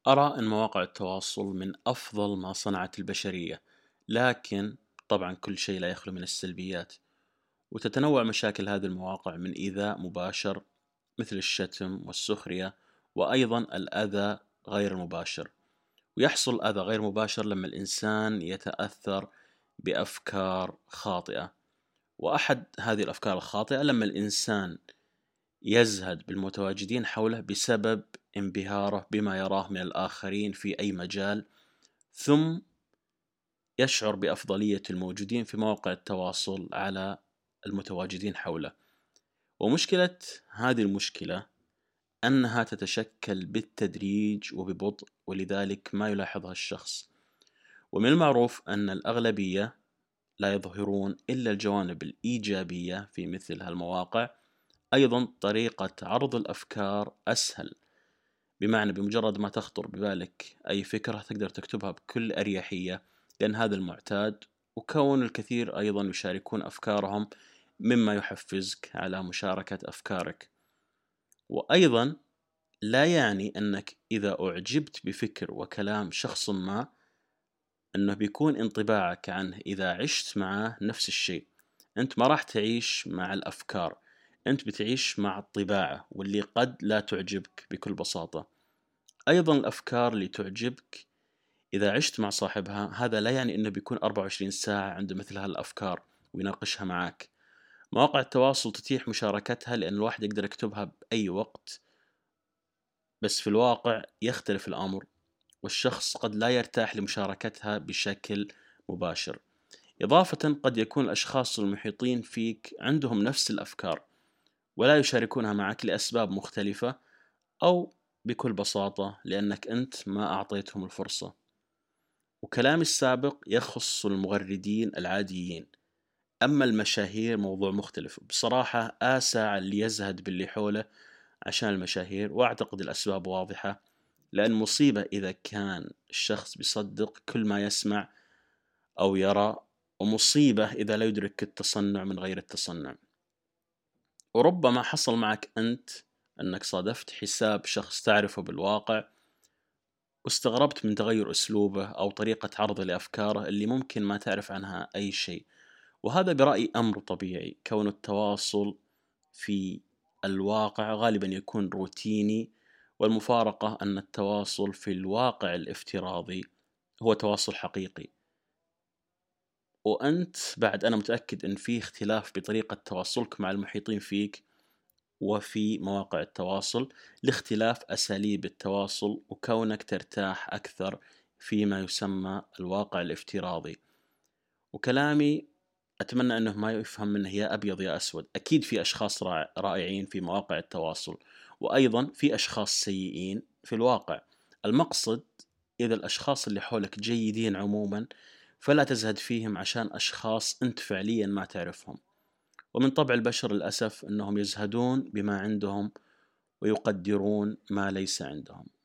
أرى أن مواقع التواصل من أفضل ما صنعت البشرية، لكن طبعا كل شيء لا يخلو من السلبيات، وتتنوع مشاكل هذه المواقع من إيذاء مباشر مثل الشتم والسخرية، وأيضا الأذى غير المباشر. ويحصل أذى غير مباشر لما الإنسان يتأثر بأفكار خاطئة، وأحد هذه الأفكار الخاطئة لما الإنسان يزهد بالمتواجدين حوله بسبب انبهاره بما يراه من الآخرين في أي مجال، ثم يشعر بأفضلية الموجودين في مواقع التواصل على المتواجدين حوله. ومشكلة هذه المشكلة أنها تتشكل بالتدريج وببطء، ولذلك ما يلاحظها الشخص. ومن المعروف أن الأغلبية لا يظهرون إلا الجوانب الإيجابية في مثل هالمواقع. أيضا طريقة عرض الأفكار أسهل، بمعنى بمجرد ما تخطر ببالك أي فكرة تقدر تكتبها بكل أريحية، لأن هذا المعتاد. وكون الكثير أيضا يشاركون أفكارهم مما يحفزك على مشاركة أفكارك. وأيضا لا يعني أنك إذا أعجبت بفكر وكلام شخص ما أنه بيكون انطباعك عنه إذا عشت معه نفس الشيء. أنت ما راح تعيش مع الأفكار، أنت بتعيش مع الطباعة، واللي قد لا تعجبك بكل بساطة. أيضا الأفكار اللي تعجبك إذا عشت مع صاحبها، هذا لا يعني أنه بيكون 24 ساعة عنده مثل هالأفكار ويناقشها معك. مواقع التواصل تتيح مشاركتها لأن الواحد يقدر يكتبها بأي وقت، بس في الواقع يختلف الأمر، والشخص قد لا يرتاح لمشاركتها بشكل مباشر. إضافة قد يكون الأشخاص المحيطين فيك عندهم نفس الأفكار ولا يشاركونها معك لأسباب مختلفة، أو بكل بساطة لأنك أنت ما أعطيتهم الفرصة. وكلامي السابق يخص المغردين العاديين، أما المشاهير موضوع مختلف. بصراحة آسى على اللي يزهد باللي حوله عشان المشاهير، وأعتقد الأسباب واضحة. لأن مصيبة إذا كان الشخص بيصدق كل ما يسمع أو يرى، ومصيبة إذا لا يدرك التصنع من غير التصنع. وربما حصل معك أنت أنك صادفت حساب شخص تعرفه بالواقع، واستغربت من تغير أسلوبه أو طريقة عرضه لأفكاره اللي ممكن ما تعرف عنها أي شيء. وهذا برأيي أمر طبيعي، كون التواصل في الواقع غالبا يكون روتيني، والمفارقة أن التواصل في الواقع الافتراضي هو تواصل حقيقي. وأنت بعد أنا متأكد أن في اختلاف بطريقة تواصلك مع المحيطين فيك وفي مواقع التواصل لاختلاف أساليب التواصل، وكونك ترتاح أكثر فيما يسمى الواقع الافتراضي. وكلامي أتمنى أنه ما يفهم منه يا أبيض يا أسود. أكيد في أشخاص رائعين في مواقع التواصل، وأيضا في أشخاص سيئين في الواقع. المقصد إذا الأشخاص اللي حولك جيدين عموما، فلا تزهد فيهم عشان أشخاص أنت فعليا ما تعرفهم. ومن طبع البشر للأسف أنهم يزهدون بما عندهم ويقدرون ما ليس عندهم.